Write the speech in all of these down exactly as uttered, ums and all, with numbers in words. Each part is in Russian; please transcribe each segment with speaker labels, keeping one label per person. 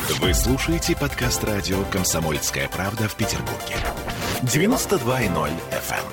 Speaker 1: Вы слушаете подкаст радио «Комсомольская правда» в Петербурге. девяносто два и ноль эф эм.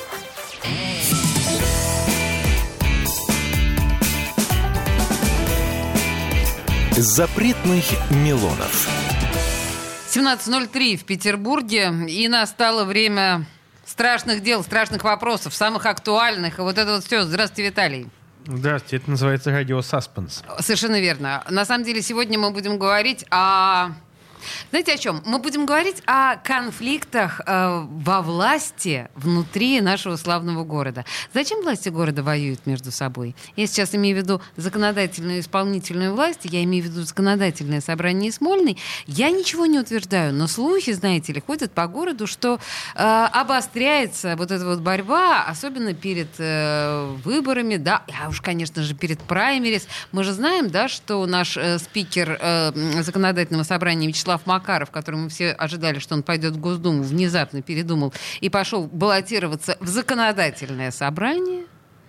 Speaker 1: Запретных Милонов.
Speaker 2: семнадцать ноль три в Петербурге, и настало время страшных дел, страшных вопросов, самых актуальных. И вот это вот все. Здравствуйте, Виталий.
Speaker 3: Здравствуйте, это называется радиосаспенс.
Speaker 2: Совершенно верно. На самом деле сегодня мы будем говорить о... Знаете о чем? Мы будем говорить о конфликтах э, во власти внутри нашего славного города. Зачем власти города воюют между собой? Я сейчас имею в виду законодательную и исполнительную власть, я имею в виду законодательное собрание Смольный. Я ничего не утверждаю, но слухи, знаете ли, ходят по городу, что э, обостряется вот эта вот борьба, особенно перед э, выборами, да, а уж, конечно же, перед праймерис. Мы же знаем, да, что наш э, спикер э, законодательного собрания Вячеслав Макаров, который мы все ожидали, что он пойдет в Госдуму, внезапно передумал и пошел баллотироваться в законодательное собрание.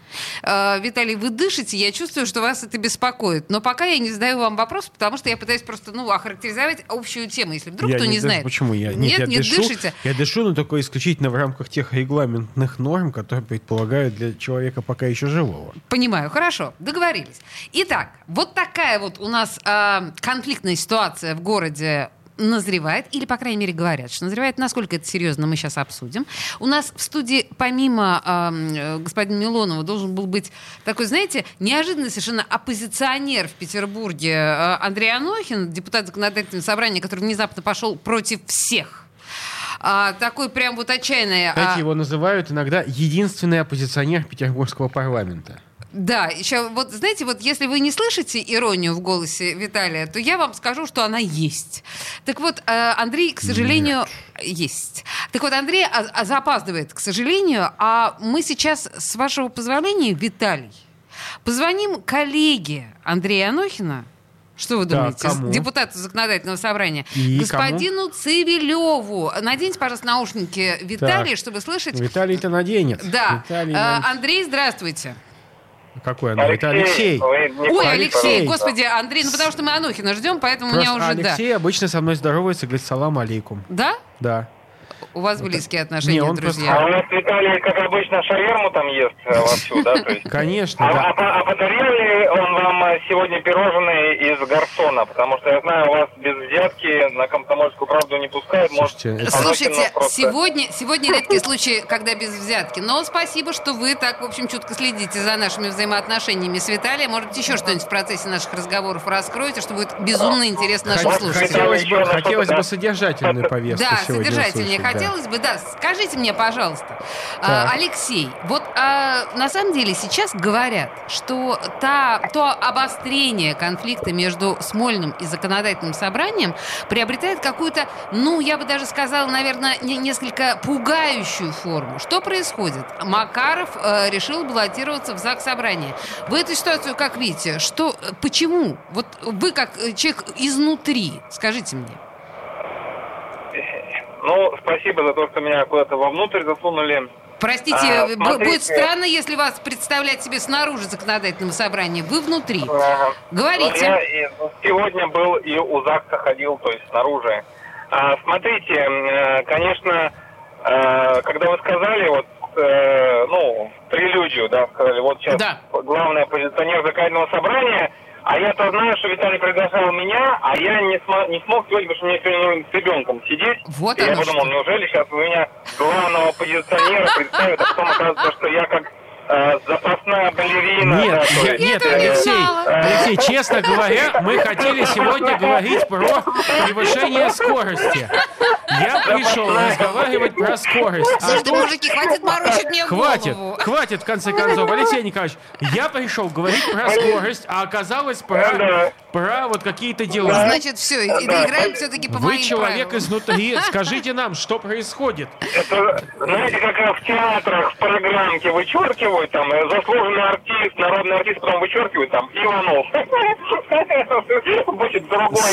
Speaker 2: Э, Виталий, вы дышите, я чувствую, что вас это беспокоит. Но пока я не задаю вам вопрос, потому что я пытаюсь просто ну, охарактеризовать общую тему, если вдруг
Speaker 3: я
Speaker 2: кто не,
Speaker 3: не
Speaker 2: знает.
Speaker 3: Почему я? Нет,
Speaker 2: Нет,
Speaker 3: я
Speaker 2: не
Speaker 3: дышу,
Speaker 2: дышите.
Speaker 3: Я дышу, но только исключительно в рамках тех регламентных норм, которые предполагают для человека пока еще живого.
Speaker 2: Понимаю, хорошо, договорились. Итак, вот такая вот у нас э, конфликтная ситуация в городе назревает, или, по крайней мере, говорят, что назревает. Насколько это серьезно, мы сейчас обсудим. У нас в студии, помимо э, господина Милонова, должен был быть такой, знаете, неожиданный совершенно оппозиционер в Петербурге э, Андрей Анохин, депутат законодательного собрания, который внезапно пошел против всех. А, такой прям вот отчаянный...
Speaker 3: Кстати,
Speaker 2: а...
Speaker 3: его называют иногда единственный оппозиционер петербургского парламента.
Speaker 2: Да, еще вот, знаете, вот если вы не слышите иронию в голосе Виталия, то я вам скажу, что она есть. Так вот, Андрей, к сожалению, Нет. есть. Так вот, Андрей запаздывает, к сожалению, а мы сейчас, с вашего позволения, Виталий, позвоним коллеге Андрея Анохина. Что вы думаете?
Speaker 3: Да,
Speaker 2: Депутату законодательного собрания.
Speaker 3: И
Speaker 2: господину
Speaker 3: кому?
Speaker 2: Цивилеву. Наденьте, пожалуйста, наушники Виталия,
Speaker 3: так.
Speaker 2: чтобы слышать.
Speaker 3: Виталий-то наденет.
Speaker 2: Да.
Speaker 3: Виталий,
Speaker 2: а, Андрей, здравствуйте.
Speaker 3: Какой Андрей? Это Алексей.
Speaker 2: Ой, Алексей,
Speaker 3: Алексей.
Speaker 2: Господи, Андрей, ну потому что мы Анохина ждем, поэтому
Speaker 3: Просто
Speaker 2: у меня уже,
Speaker 3: Алексей
Speaker 2: да.
Speaker 3: обычно со мной здоровается и говорит салам алейкум.
Speaker 2: Да?
Speaker 3: Да.
Speaker 2: У вас близкие отношения,
Speaker 3: Не, он
Speaker 2: друзья.
Speaker 3: просто-
Speaker 4: А у нас Виталий, как обычно, шаверму там ест э, вовсю, да? То есть...
Speaker 3: Конечно,
Speaker 4: а,
Speaker 3: да.
Speaker 4: а, а подарил ли он вам э, сегодня пирожные из гарсона? Потому что я знаю, вас без взятки на Комсомольскую правду не пускают.
Speaker 3: Слушайте,
Speaker 4: Может,
Speaker 3: это-
Speaker 4: Анохин
Speaker 2: Слушайте,
Speaker 4: нас просто...
Speaker 2: сегодня, сегодня редкий случай, когда без взятки. Но спасибо, что вы так, в общем, чутко следите за нашими взаимоотношениями с Виталием. Может, еще что-нибудь в процессе наших разговоров раскроете, что будет безумно интересно нашим
Speaker 3: Хот-
Speaker 2: слушателям.
Speaker 3: Хотелось бы,
Speaker 4: Еще на
Speaker 3: хотелось
Speaker 4: что-то,
Speaker 3: бы
Speaker 4: да.
Speaker 3: содержательную повестку
Speaker 2: Да,
Speaker 3: сегодня
Speaker 2: содержательнее
Speaker 3: услышать, да.
Speaker 2: хотелось бы. Да, скажите мне, пожалуйста, а,
Speaker 3: Так.
Speaker 2: Алексей, вот а, на самом деле сейчас говорят, что та, то обострение конфликта между Смольным и законодательным собранием приобретает какую-то, ну, я бы даже сказала, наверное, не, несколько пугающую форму. Что происходит? Макаров э, решил баллотироваться в Заксобрание. Вы эту ситуацию как видите? Что, почему? Вот вы как человек изнутри, скажите мне.
Speaker 4: Ну, спасибо за то, что меня куда-то вовнутрь засунули.
Speaker 2: Простите,
Speaker 4: А,
Speaker 2: б-
Speaker 4: смотрите.
Speaker 2: будет странно, если вас представлять себе снаружи законодательного собрания. Вы внутри.
Speaker 4: Ага.
Speaker 2: Говорите.
Speaker 4: Ну, я и сегодня был и у ЗАГСа ходил, то есть снаружи. А, смотрите, э, конечно, э, когда вы сказали, вот, э, ну, прелюдию, да, сказали, вот сейчас
Speaker 2: Да.
Speaker 4: главный оппозиционер законодательного собрания, а я-то знаю, что Виталий приглашал меня, а я не, смо- не смог сегодня, потому что мне сегодня нужно с ребенком сидеть.
Speaker 2: Вот
Speaker 4: И я
Speaker 2: оно
Speaker 4: подумал,
Speaker 2: что.
Speaker 4: неужели сейчас вы меня главного оппозиционера представят, а потом оказывается, что я как э, запасная балерина.
Speaker 3: Нет,
Speaker 4: да, то
Speaker 3: я-
Speaker 4: есть,
Speaker 3: нет,
Speaker 2: этого не
Speaker 3: Алексей,
Speaker 2: знала.
Speaker 3: Алексей, честно говоря, мы хотели сегодня говорить про превышение скорости. Я пришел разговаривать про скорость. А
Speaker 2: Слушайте,
Speaker 3: тут-
Speaker 2: мужики, хватит морочить мне
Speaker 3: Хватит,
Speaker 2: голову.
Speaker 3: хватит, в конце концов. Алексей Николаевич, я пришел говорить про скорость, а оказалось про,
Speaker 4: Да.
Speaker 3: про вот какие-то дела.
Speaker 2: Значит, все, играем все-таки по
Speaker 3: Вы
Speaker 2: моим
Speaker 3: человек
Speaker 2: правилам.
Speaker 3: изнутри, скажите нам, что происходит.
Speaker 4: Это, знаете, как в театрах в программке вычеркивают, там, э, заслуженный артист, народный артист, потом вычеркивают, там, Иванов. Будет другой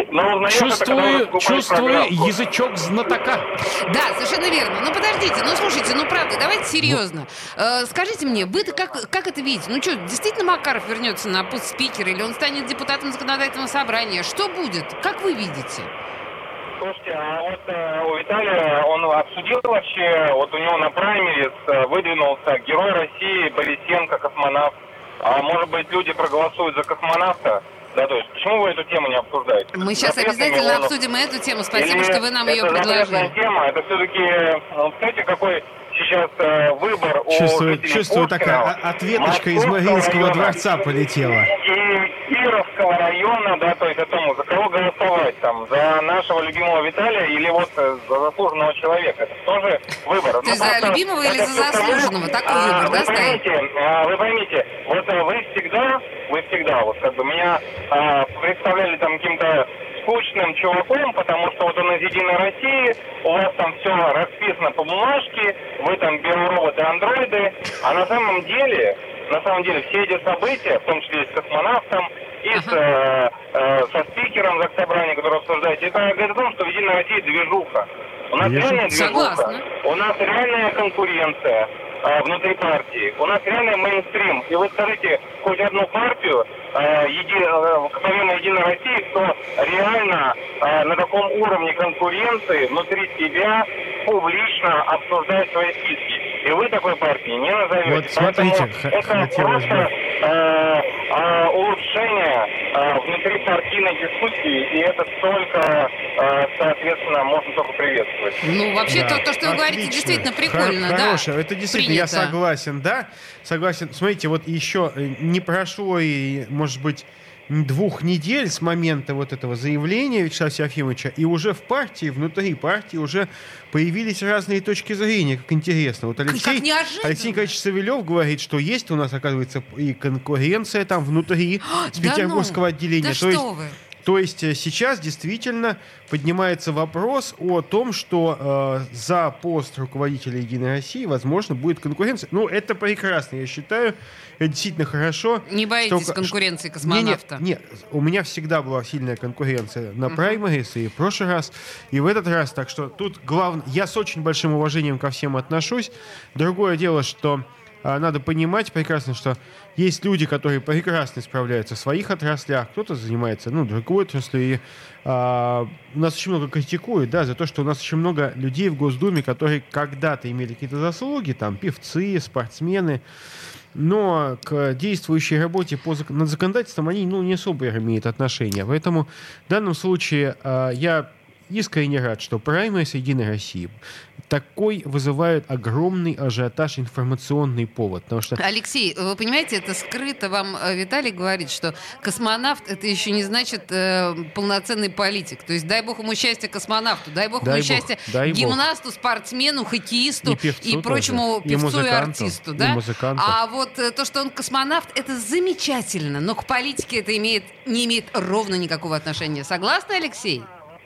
Speaker 4: но узнаешь это, когда
Speaker 3: Чувствую,
Speaker 4: уже покупаешь
Speaker 3: чувствую
Speaker 4: программку.
Speaker 3: язычок знатока.
Speaker 2: Да, совершенно верно. Ну, подождите, ну, слушайте, ну, правда, давайте серьезно. Э, скажите мне, вы-то как, как это видите? Ну, что, действительно Макаров вернется на пост спикера или он станет депутатом законодательного собрания? Что будет? Как вы видите?
Speaker 4: Слушайте, а вот э, у Виталия, он обсудил вообще, вот у него на праймерис э, выдвинулся Герой России Борисенко, космонавт. А может быть, люди проголосуют за космонавта? Да, то есть, почему вы эту тему не обсуждаете?
Speaker 2: Мы сейчас
Speaker 4: Запретный
Speaker 2: обязательно
Speaker 4: Милонов.
Speaker 2: обсудим и эту тему. Спасибо,
Speaker 4: Или
Speaker 2: что вы нам ее
Speaker 4: это запретная
Speaker 2: предложили.
Speaker 4: тема, это все-таки, ну, знаете, какой сейчас э, выбор у
Speaker 5: Чувствую,
Speaker 4: жителей
Speaker 5: чувствую такая
Speaker 4: Пушкина,
Speaker 5: о- ответочка из
Speaker 4: Московского
Speaker 5: Мариинского
Speaker 4: района
Speaker 5: дворца полетела.
Speaker 4: и Кировского района, да, то есть о том, за кого голосовать, там, за нашего любимого Виталия или вот э, за заслуженного человека. Это тоже выбор.
Speaker 2: То есть за любимого или за заслуженного? Такой выбор, да,
Speaker 4: вы
Speaker 2: стоит?
Speaker 4: поймите, а, вы поймите, вот а, вы всегда, вы всегда, вот как бы меня а, представляли там каким-то скучным чуваком, потому что вот он из «Единой России», у вас там все расписано по бумажке, вы там биороботы, андроиды, а на самом деле, на самом деле все эти события, в том числе и с космонавтом, и с, э, э, со спикером Заксобрания, который обсуждаете, это говорит о том, что в «Единой России» движуха. У нас
Speaker 5: Я
Speaker 4: реальная движуха,
Speaker 2: согласна.
Speaker 4: у нас реальная конкуренция э, внутри партии, у нас реальный мейнстрим. И вы скажите хоть одну партию, э, еди, э, помимо «Единой России», кто реально э, на таком уровне конкуренции внутри себя публично обсуждает свои списки. И вы такой партии не назовете.
Speaker 5: Вот смотрите,
Speaker 4: Поэтому
Speaker 5: х-
Speaker 4: это
Speaker 5: хотелось бы.
Speaker 4: просто э, э, улучшение э, внутри партийной дискуссии, и это только, э, соответственно, можно только приветствовать.
Speaker 2: Ну, вообще,
Speaker 5: Да,
Speaker 2: то, то, что вы говорите,
Speaker 5: отлично.
Speaker 2: действительно
Speaker 5: Хор-
Speaker 2: прикольно, да.
Speaker 5: Хорошее, это действительно, я
Speaker 2: Принято.
Speaker 5: согласен, да, согласен. Смотрите, вот еще э, не прошло и, может быть, двух недель с момента вот этого заявления Вячеслава Серафимовича, и уже в партии, внутри партии уже появились разные точки зрения, как интересно. Вот Алексей,
Speaker 2: как неожиданно.
Speaker 5: Алексей Николаевич Савельев говорит, что есть у нас, оказывается, и конкуренция там внутри с
Speaker 2: Да
Speaker 5: петербургского
Speaker 2: ну,
Speaker 5: отделения.
Speaker 2: да
Speaker 5: То
Speaker 2: что
Speaker 5: есть,
Speaker 2: вы.
Speaker 5: то есть э, сейчас действительно поднимается вопрос о том, что э, за пост руководителя «Единой России», возможно, будет конкуренция. Ну, это прекрасно, я считаю. Это действительно хорошо.
Speaker 2: Не боитесь
Speaker 5: что-
Speaker 2: конкуренции космонавта?
Speaker 5: Не, не, не, у меня всегда была сильная конкуренция на праймерис и в прошлый раз, и в этот раз. Так что тут главное... Я с очень большим уважением ко всем отношусь. Другое дело, что а, надо понимать прекрасно, что есть люди, которые прекрасно справляются в своих отраслях, кто-то занимается, ну, другой отраслью. И а, у нас очень много критикуют, да, за то, что у нас очень много людей в Госдуме, которые когда-то имели какие-то заслуги, там, певцы, спортсмены, но к действующей работе по зак- над законодательством они, ну, не особо имеют отношения. Поэтому в данном случае а, я искренне рад, что праймерис «Единой России» такой вызывает огромный ажиотаж, информационный повод. Потому что
Speaker 2: Алексей, вы понимаете, это скрыто вам э, Виталий говорит, что космонавт это еще не значит э, полноценный политик. То есть дай бог ему счастья космонавту, дай бог
Speaker 5: Дай
Speaker 2: ему
Speaker 5: бог,
Speaker 2: счастья
Speaker 5: дай бог.
Speaker 2: гимнасту, спортсмену, хоккеисту
Speaker 5: И певцу тоже.
Speaker 2: прочему
Speaker 5: И
Speaker 2: певцу и,
Speaker 5: музыканту.
Speaker 2: артисту.
Speaker 5: И
Speaker 2: Да?
Speaker 5: музыканту.
Speaker 2: А вот э, то, что он космонавт, это замечательно, но к политике это имеет, не имеет ровно никакого отношения. Согласны, Алексей?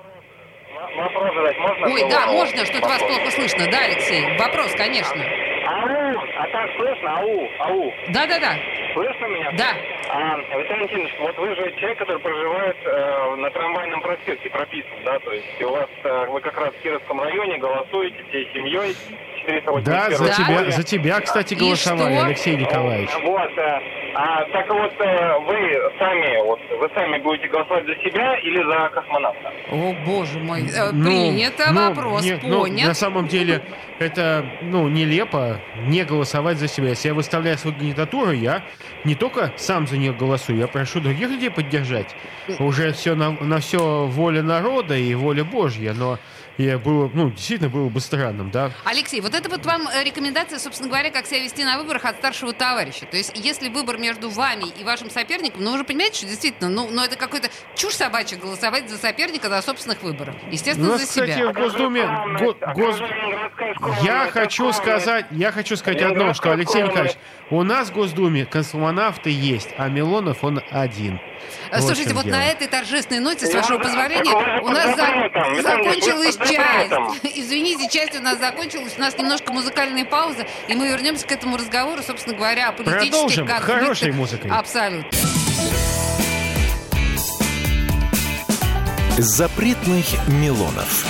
Speaker 4: Вопрос задать можно?
Speaker 2: Ой, да,
Speaker 4: Вопрос.
Speaker 2: можно, что-то вас плохо слышно. Да, Алексей? Вопрос, конечно.
Speaker 4: Ау, а так слышно? Ау, ау.
Speaker 2: Да-да-да.
Speaker 4: Слышно меня?
Speaker 2: Да.
Speaker 4: А, Виталий Валентинович, вот вы же человек, который проживает э, на трамвайном проспекте, прописан, да? То есть у вас, э, вы как раз в Кировском районе голосуете всей семьей. четыреста восемьдесят
Speaker 5: да,
Speaker 4: первый
Speaker 5: за
Speaker 2: Да.
Speaker 5: тебя, за тебя, кстати,
Speaker 2: И
Speaker 5: голосовали,
Speaker 2: что?
Speaker 5: Алексей Николаевич.
Speaker 4: Вот, э, а, так вот, э, вы сами, вот, вы сами будете голосовать за себя или за космонавта?
Speaker 2: О, боже мой. Э,
Speaker 5: Ну,
Speaker 2: Принято,
Speaker 5: ну,
Speaker 2: вопрос
Speaker 5: не- ну,
Speaker 2: понят.
Speaker 5: на самом деле это, ну, нелепо не голосовать за себя. Если я выставляю свою кандидатуру, я не только сам за нее голосую, я прошу других людей поддержать. Уже все на, на все воля народа и воля Божья, но я было, ну, действительно было бы странным, да.
Speaker 2: Алексей, вот это вот вам э, рекомендация, собственно говоря, как себя вести на выборах от старшего товарища. То есть, если выбор между вами и вашим соперником, ну, вы же понимаете, что действительно, ну, ну это какой-то чушь собачья голосовать за соперника до собственных выборов.
Speaker 5: У
Speaker 2: Естественно,
Speaker 5: нас,
Speaker 2: за
Speaker 5: кстати,
Speaker 2: себя.
Speaker 5: в Госдуме... го- гос- Я хочу сказать, я хочу сказать одно, что, Алексей Николаевич, у нас в Госдуме космонавты есть, а Милонов он один.
Speaker 2: Э,
Speaker 5: Вот в
Speaker 2: Слушайте,
Speaker 5: чем
Speaker 2: вот
Speaker 5: дело.
Speaker 2: на этой торжественной ноте, с
Speaker 4: Я
Speaker 2: вашего
Speaker 4: уже-
Speaker 2: позволения,
Speaker 4: так вы
Speaker 2: у нас
Speaker 4: под
Speaker 2: за-
Speaker 4: запретом, Виталий,
Speaker 2: закончилась
Speaker 4: вы под
Speaker 2: часть.
Speaker 4: запретом.
Speaker 2: Извините, часть у нас закончилась. У нас немножко музыкальная пауза, и мы вернемся к этому разговору, собственно говоря, о политических
Speaker 5: Продолжим
Speaker 2: конфликтах.
Speaker 5: хорошей музыкой.
Speaker 2: Абсолютно.
Speaker 1: Запретных Милонов.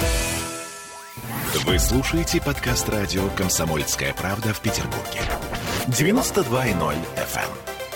Speaker 1: Вы слушаете подкаст радио «Комсомольская правда» в Петербурге. девяносто два и ноль эф эм.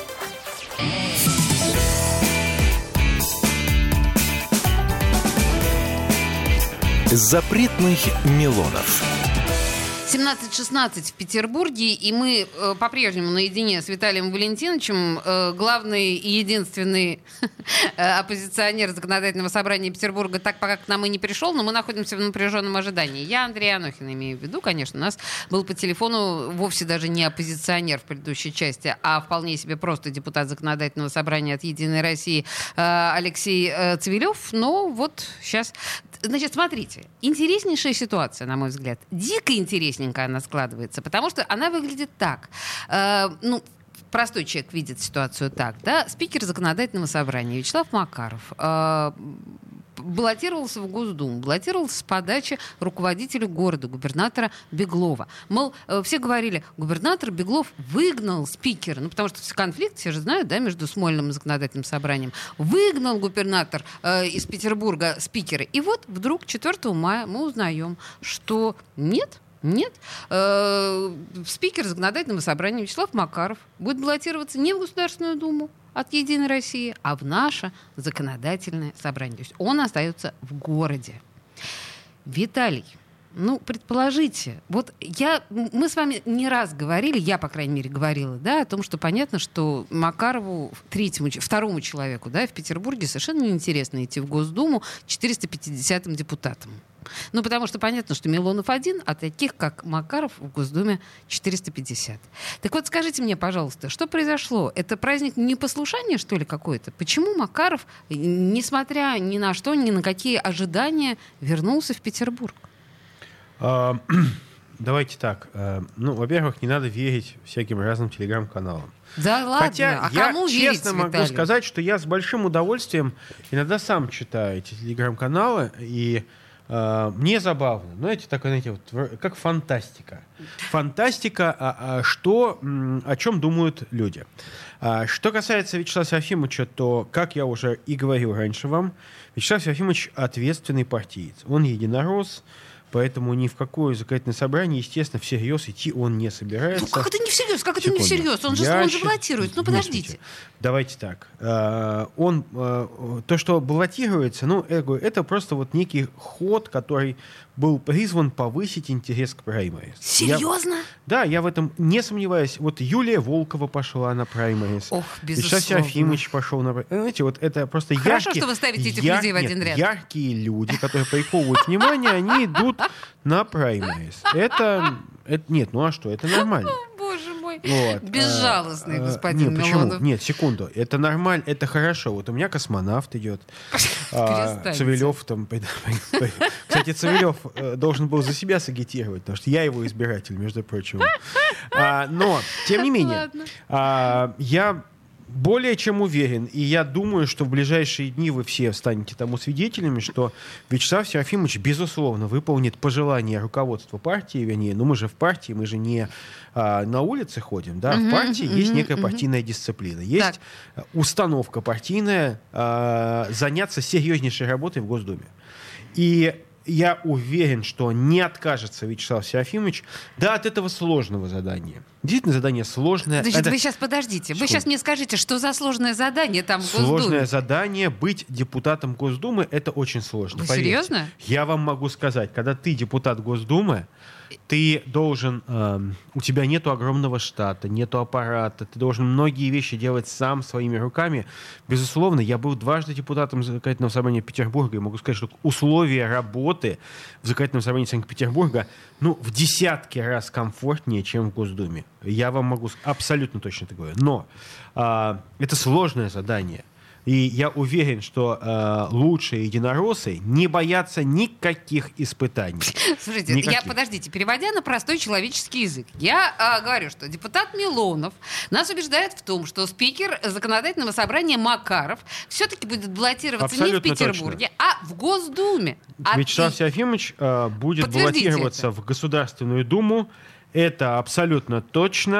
Speaker 1: Запретных Милонов.
Speaker 2: семнадцать шестнадцать в Петербурге, и мы э, по-прежнему наедине с Виталием Валентиновичем, э, главный и единственный оппозиционер Законодательного собрания Петербурга, так пока к нам и не пришел, но мы находимся в напряженном ожидании. Я Андрей Анохин имею в виду, конечно. У нас был по телефону вовсе даже не оппозиционер в предыдущей части, а вполне себе просто депутат Законодательного собрания от «Единой России» э, Алексей э, Цивилев. Но вот сейчас... Значит, смотрите, интереснейшая ситуация, на мой взгляд. Дико интересненькая она складывается, потому что она выглядит так. Э, ну, простой человек видит ситуацию так, да? Спикер Законодательного собрания Вячеслав Макаров э, баллотировался в Госдуму, баллотировался с подачи руководителя города, губернатора Беглова. Мол, э, все говорили, губернатор Беглов выгнал спикера, ну, потому что конфликт, все же знают, да, между Смольным и Законодательным собранием. Выгнал губернатор э, из Петербурга спикера. И вот вдруг четвёртого мая мы узнаем, что нет, Нет. Э, спикер Законодательного собрания Вячеслав Макаров будет баллотироваться не в Государственную Думу от «Единой России», а в наше законодательное собрание. То есть он остается в городе. Виталий, ну, предположите, вот я, мы с вами не раз говорили, я, по крайней мере, говорила, да, о том, что понятно, что Макарову, третьему, второму человеку, да, в Петербурге совершенно неинтересно идти в Госдуму четыреста пятидесятым депутатом. Ну, потому что понятно, что Милонов один, а таких, как Макаров, в Госдуме четыреста пятьдесят. Так вот, скажите мне, пожалуйста, что произошло? Это праздник непослушания, что ли, какой-то? Почему Макаров, несмотря ни на что, ни на какие ожидания, вернулся в Петербург?
Speaker 5: А, давайте так. Ну, во-первых, не надо верить всяким разным телеграм-каналам.
Speaker 2: Да ладно,
Speaker 5: Хотя
Speaker 2: а
Speaker 5: я
Speaker 2: кому
Speaker 5: честно
Speaker 2: верить,
Speaker 5: могу
Speaker 2: Виталий?
Speaker 5: сказать, что я с большим удовольствием иногда сам читаю эти телеграм-каналы, и э, мне забавно. Знаете, так, знаете, вот, как фантастика. Фантастика, а, а, что, м, о чем думают люди. А, что касается Вячеслава Серафимовича, то, как я уже и говорил раньше вам, Вячеслав Серафимович ответственный партиец. Он единорос. Поэтому ни в какое законодательное собрание, естественно, всерьез идти он не собирается.
Speaker 2: Ну как это не всерьез? Как
Speaker 5: Секунду.
Speaker 2: это не всерьез? Он же,
Speaker 5: Я
Speaker 2: он же
Speaker 5: щас-
Speaker 2: баллотируется. Ну
Speaker 5: Нет,
Speaker 2: подождите.
Speaker 5: слушайте, давайте так. Э, Он, э, то, что баллотируется, ну, я говорю, это просто вот некий ход, который был призван повысить интерес к праймерис.
Speaker 2: Серьезно?
Speaker 5: Я- да, я в этом не сомневаюсь. Вот Юлия Волкова пошла на праймерис.
Speaker 2: Ох,
Speaker 5: Вячеслав
Speaker 2: безусловно.
Speaker 5: Серафимович пошел на праймерис. Знаете, вот это просто
Speaker 2: Хорошо,
Speaker 5: яркие...
Speaker 2: что вы ставите этих
Speaker 5: яр-
Speaker 2: людей в
Speaker 5: нет,
Speaker 2: один ряд.
Speaker 5: Яркие люди, которые приковывают внимание, они идут на праймерис. Это, это... Нет, ну а что? Это нормально.
Speaker 2: О, боже мой.
Speaker 5: Вот.
Speaker 2: Безжалостный
Speaker 5: А, а,
Speaker 2: господин
Speaker 5: нет, почему?
Speaker 2: Милонов.
Speaker 5: Нет, секунду. Это нормально, это хорошо. Вот у меня космонавт идет. а,
Speaker 2: Перестаньте.
Speaker 5: Цивилев там... Кстати, Цивилев э, должен был за себя сагитировать, потому что я его избиратель, между прочим. А, но, тем не менее,
Speaker 2: Ладно.
Speaker 5: а, я более чем уверен, и я думаю, что в ближайшие дни вы все станете тому свидетелями, что Вячеслав Серафимович, безусловно, выполнит пожелания руководства партии, вернее, ну мы же в партии, мы же не а, на улице ходим, да,
Speaker 2: Мгм,
Speaker 5: в партии
Speaker 2: мгм,
Speaker 5: есть некая
Speaker 2: мгм.
Speaker 5: партийная дисциплина, есть установка партийная а, заняться серьезнейшей работой в Госдуме. И я уверен, что не откажется Вячеслав Серафимович, да, от этого сложного задания. Действительно, задание сложное.
Speaker 2: Значит,
Speaker 5: Это
Speaker 2: вы сейчас подождите. Вы
Speaker 5: Секунду.
Speaker 2: сейчас мне скажите, что за сложное задание там в
Speaker 5: сложное
Speaker 2: Госдуме?
Speaker 5: задание быть депутатом Госдумы. Это очень сложно.
Speaker 2: Вы
Speaker 5: поверьте.
Speaker 2: серьезно?
Speaker 5: Я вам могу сказать, когда ты депутат Госдумы, ты должен, эм, у тебя нету огромного штата, нету аппарата, ты должен многие вещи делать сам своими руками. Безусловно, я был дважды депутатом Законодательного собрания Петербурга и могу сказать, что условия работы в Законодательном собрании Санкт-Петербурга ну, в десятки раз комфортнее, чем в Госдуме. Я вам могу сказать, абсолютно точно это говорю. Но э, это сложное задание. И я уверен, что э, лучшие единороссы не боятся никаких испытаний.
Speaker 2: Слушайте,
Speaker 5: Никаких.
Speaker 2: я, подождите, переводя на простой человеческий язык, я а, говорю, что депутат Милонов нас убеждает в том, что спикер Законодательного собрания Макаров все-таки будет баллотироваться
Speaker 5: Абсолютно
Speaker 2: не в Петербурге, а в Госдуме. А
Speaker 5: Вячеслав
Speaker 2: и-
Speaker 5: Серафимович э, будет
Speaker 2: Подтвердите
Speaker 5: баллотироваться
Speaker 2: это.
Speaker 5: в Государственную Думу. Это абсолютно точно.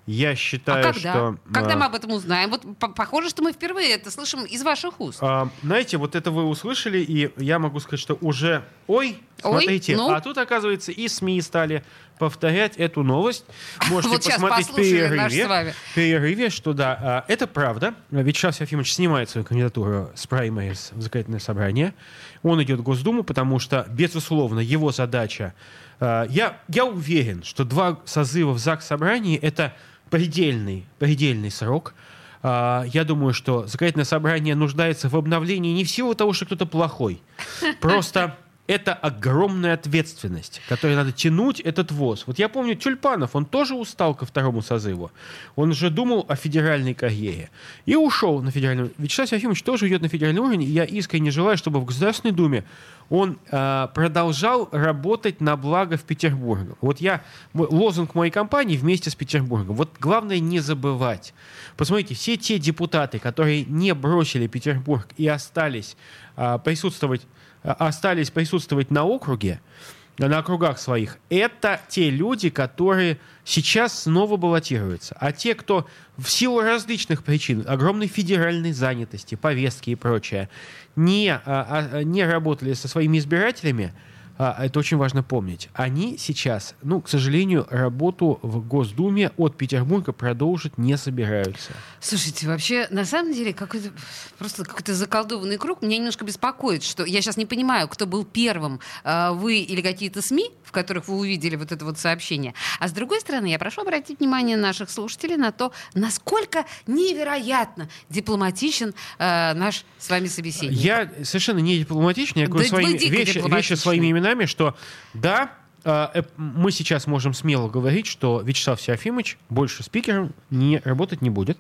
Speaker 5: Я считаю,
Speaker 2: а когда?
Speaker 5: что...
Speaker 2: Когда
Speaker 5: а,
Speaker 2: мы об этом узнаем? Вот по- похоже, что мы впервые это слышим из ваших уст.
Speaker 5: а, знаете, вот это вы услышали, и я могу сказать, что уже... Ой,
Speaker 2: Ой,
Speaker 5: смотрите,
Speaker 2: ну?
Speaker 5: а тут, оказывается, и СМИ стали повторять эту новость. Можете
Speaker 2: Вот сейчас
Speaker 5: посмотреть в
Speaker 2: послушали наш с
Speaker 5: перерыве,
Speaker 2: вами.
Speaker 5: в перерыве, что да, а, это правда. Вячеслав Серафимович снимает свою кандидатуру с праймериз в законодательное собрание. Он идет в Госдуму, потому что, безусловно, его задача... а, я, я уверен, что два созыва в Заксобрании — это предельный, предельный срок. А, я думаю, что законодательное собрание нуждается в обновлении не в силу того, что кто-то плохой. Просто это огромная ответственность, которой надо тянуть этот воз. Вот я помню, Тюльпанов, он тоже устал ко второму созыву. Он уже думал о федеральной карьере. И ушел на федеральный уровень. Вячеслав Серафимович тоже идет на федеральный уровень. И я искренне желаю, чтобы в Государственной Думе он э, продолжал работать на благо в Петербурге. Вот я, мой, лозунг моей кампании «Вместе с Петербургом». Вот главное не забывать. Посмотрите, все те депутаты, которые не бросили Петербург и остались э, присутствовать остались присутствовать на округе, на округах своих, это те люди, которые сейчас снова баллотируются. А те, кто в силу различных причин, огромной федеральной занятости, повестки и прочее, не, а, а, не работали со своими избирателями, а, это очень важно помнить, они сейчас, ну, к сожалению, работу в Госдуме от Петербурга продолжить не собираются.
Speaker 2: Слушайте, вообще, на самом деле, какой-то просто какой-то заколдованный круг. Меня немножко беспокоит, что я сейчас не понимаю, кто был первым, э, вы или какие-то СМИ, в которых вы увидели вот это вот сообщение. А с другой стороны, я прошу обратить внимание наших слушателей на то, насколько невероятно дипломатичен э, наш с вами собеседник.
Speaker 5: Я совершенно не дипломатичный, я говорю
Speaker 2: Да
Speaker 5: своими
Speaker 2: вы дико
Speaker 5: вещи,
Speaker 2: дипломатичный.
Speaker 5: вещи своими именами, что да, э, мы сейчас можем смело говорить, что Вячеслав Серафимович больше спикером не работать не будет.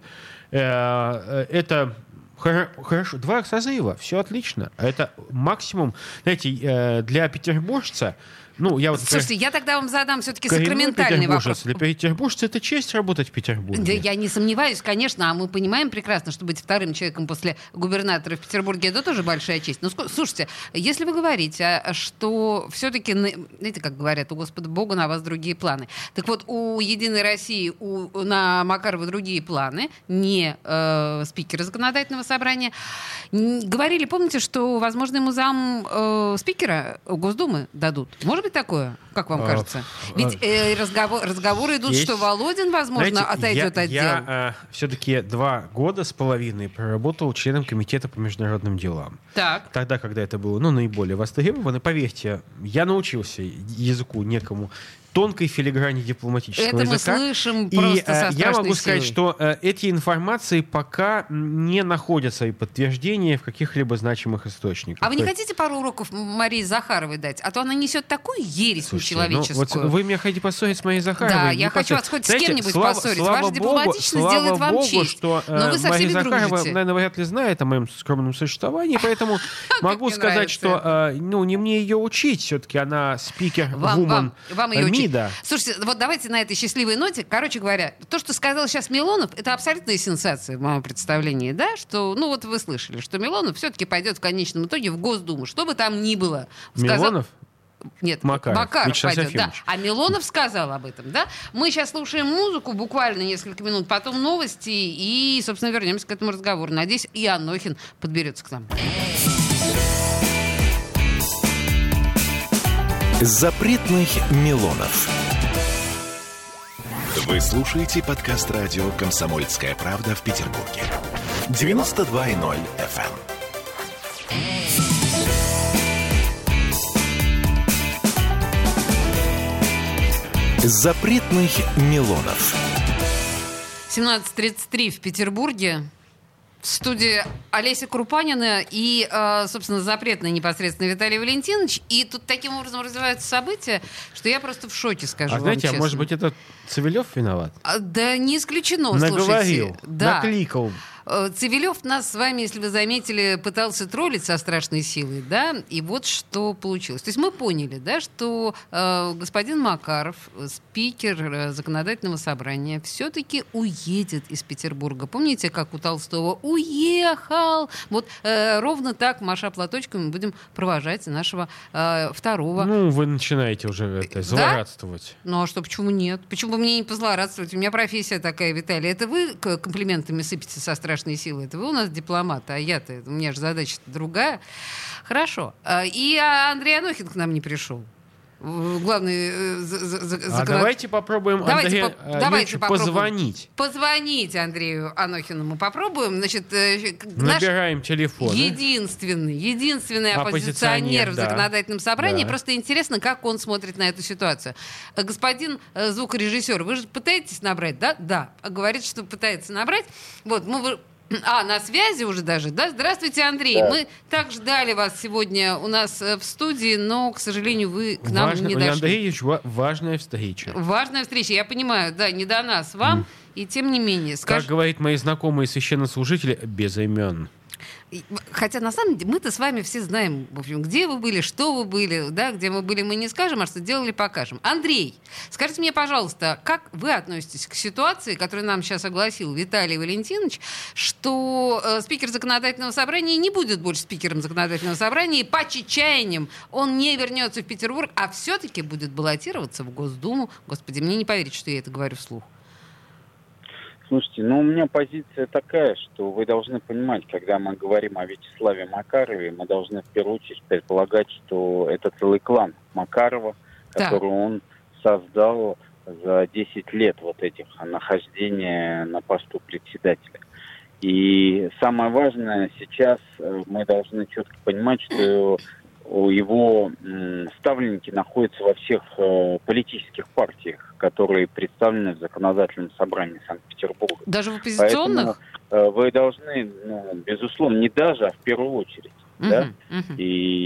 Speaker 5: Э, это хорошо, два созыва, все отлично. Это максимум, знаете, для петербуржца. Ну, я вот,
Speaker 2: Слушайте, я тогда вам задам все-таки
Speaker 5: коренной
Speaker 2: сакраментальный вопрос.
Speaker 5: Для петербуржца это честь работать в Петербурге.
Speaker 2: Да, я не сомневаюсь, конечно, а мы понимаем прекрасно, что быть вторым человеком после губернатора в Петербурге — это тоже большая честь. Но слушайте, если вы говорите, что все-таки, знаете, как говорят, у Господа Бога на вас другие планы. Так вот, у «Единой России», у, на Макарова другие планы, не э, спикера законодательного собрания. Говорили, помните, что, возможно, ему зам э, спикера Госдумы дадут? Может быть такое, как вам кажется? Ведь э, разговор, разговоры идут,
Speaker 5: Есть.
Speaker 2: что Володин, возможно,
Speaker 5: Знаете,
Speaker 2: отойдет
Speaker 5: я,
Speaker 2: от дел.
Speaker 5: Я э, все-таки два года с половиной проработал членом комитета по международным делам.
Speaker 2: Так.
Speaker 5: Тогда, когда это было, ну, наиболее востребовано, поверьте, я научился языку некому, тонкой филиграни дипломатического
Speaker 2: Это
Speaker 5: языка.
Speaker 2: мы слышим
Speaker 5: И
Speaker 2: просто со
Speaker 5: э, я могу
Speaker 2: страшной
Speaker 5: сказать,
Speaker 2: силой.
Speaker 5: что э, эти информации пока не находят свои подтверждения в каких-либо значимых источниках.
Speaker 2: А вы не
Speaker 5: То есть-
Speaker 2: хотите пару уроков Марии Захаровой дать? А то она несет такую ересь
Speaker 5: Слушайте, ну,
Speaker 2: нечеловеческую.
Speaker 5: вот вы меня хотите поссорить с моей Захаровой?
Speaker 2: Да,
Speaker 5: Не
Speaker 2: я хочу
Speaker 5: поссорить.
Speaker 2: вас хоть с
Speaker 5: Знаете,
Speaker 2: кем-нибудь
Speaker 5: слава-
Speaker 2: поссорить.
Speaker 5: слава
Speaker 2: Ваша
Speaker 5: Богу-
Speaker 2: дипломатичность
Speaker 5: слава
Speaker 2: делает вам
Speaker 5: Богу,
Speaker 2: честь.
Speaker 5: что э,
Speaker 2: Но вы со
Speaker 5: Мария
Speaker 2: всеми
Speaker 5: Захарова,
Speaker 2: дружите.
Speaker 5: наверное, вряд ли знает о моем скромном существовании, поэтому могу
Speaker 2: мне
Speaker 5: сказать,
Speaker 2: нравится
Speaker 5: что э, ну, не мне ее учить. Все-таки она спикер
Speaker 2: Вам,
Speaker 5: Woman
Speaker 2: вам, вам ее учить.
Speaker 5: МИДа.
Speaker 2: Слушайте, вот давайте на этой счастливой ноте. Короче говоря, то, что сказал сейчас Милонов, это абсолютная сенсация в моем представлении, да? Что, ну вот вы слышали, что Милонов все-таки пойдет в конечном итоге в Госдуму, что бы там ни было. Сказал-
Speaker 5: Милонов?
Speaker 2: Нет,
Speaker 5: Макаров,
Speaker 2: Макаров
Speaker 5: Вячеслав
Speaker 2: пойдет, да.
Speaker 5: Серафимович.
Speaker 2: А Милонов сказал об этом, да? Мы сейчас слушаем музыку, буквально несколько минут, потом новости, и, собственно, вернемся к этому разговору. Надеюсь, и Анохин подберется к нам.
Speaker 1: Запретных Милонов. Вы слушаете подкаст радио «Комсомольская правда» в Петербурге. девяносто два и ноль эф эм. Запретных Милонов.
Speaker 2: семнадцать тридцать три в Петербурге. В студии Олеся Крупанина и, э, собственно, запретный непосредственно Виталий Валентинович. И тут таким образом развиваются события, что я просто в шоке, скажу
Speaker 5: А
Speaker 2: вам
Speaker 5: знаете, а
Speaker 2: честно.
Speaker 5: может быть, это Цивилев виноват?
Speaker 2: А, да не исключено,
Speaker 5: Наговорил,
Speaker 2: слушайте. Да.
Speaker 5: накликал.
Speaker 2: Цивилев нас с вами, если вы заметили, пытался троллить со страшной силой, да, и вот что получилось. То есть мы поняли, да, что э, господин Макаров, спикер законодательного собрания, все-таки уедет из Петербурга. Помните, как у Толстого «уехал»? Вот э, ровно так, маша платочками, мы будем провожать нашего э, второго.
Speaker 5: Ну, вы начинаете уже это, злорадствовать.
Speaker 2: Да? Ну, а что, почему нет? Почему бы мне не позлорадствовать? У меня профессия такая, Виталий. Это вы комплиментами сыпете со страшной силой? Это вы у нас дипломат, а я-то, у меня же задача другая. Хорошо. И Андрей Анохин к нам не пришел. Главный э, законод...
Speaker 5: А давайте попробуем
Speaker 2: давайте
Speaker 5: Андрею
Speaker 2: по... давайте
Speaker 5: позвонить.
Speaker 2: Позвонить Андрею Анохину мы попробуем. Значит, э,
Speaker 5: набираем телефон.
Speaker 2: Единственный, единственный оппозиционер, оппозиционер в
Speaker 5: да.
Speaker 2: законодательном собрании.
Speaker 5: Да.
Speaker 2: Просто интересно, как он смотрит на эту ситуацию. Господин э, звукорежиссер, вы же пытаетесь набрать, да? Да. Говорит, что пытается набрать. Вот, мы... А, на связи уже даже, да? Здравствуйте, Андрей. Да. Мы так ждали вас сегодня у нас в студии, но, к сожалению, вы к нам
Speaker 5: Важно,
Speaker 2: не дошли.
Speaker 5: Андрей Ильич, важная встреча.
Speaker 2: Важная встреча, я понимаю, да, не до нас, вам, mm. и тем не менее. Скаж...
Speaker 5: Как говорят мои знакомые священнослужители, без имен.
Speaker 2: Хотя, на самом деле, мы-то с вами все знаем, в общем, где вы были, что вы были, да, где мы были, мы не скажем, а что делали, покажем. Андрей, скажите мне, пожалуйста, как вы относитесь к ситуации, которую нам сейчас огласил Виталий Валентинович, что э, спикер законодательного собрания не будет больше спикером законодательного собрания, и по чаяниям он не вернется в Петербург, а все-таки будет баллотироваться в Госдуму. Господи, мне не поверить, что я это говорю вслух.
Speaker 6: Слушайте, ну у меня позиция такая, что вы должны понимать, когда мы говорим о Вячеславе Макарове, мы должны в первую очередь предполагать, что это целый клан Макарова, который да. он создал за десять лет вот этих нахождения на посту председателя. И самое важное сейчас мы должны четко понимать, что его ставленники находятся во всех э, политических партиях, которые представлены в законодательном собрании Санкт-Петербурга.
Speaker 2: Даже в оппозиционных?
Speaker 6: Поэтому, э, вы должны, ну, безусловно, не даже, а в первую очередь. Uh-huh, да? uh-huh.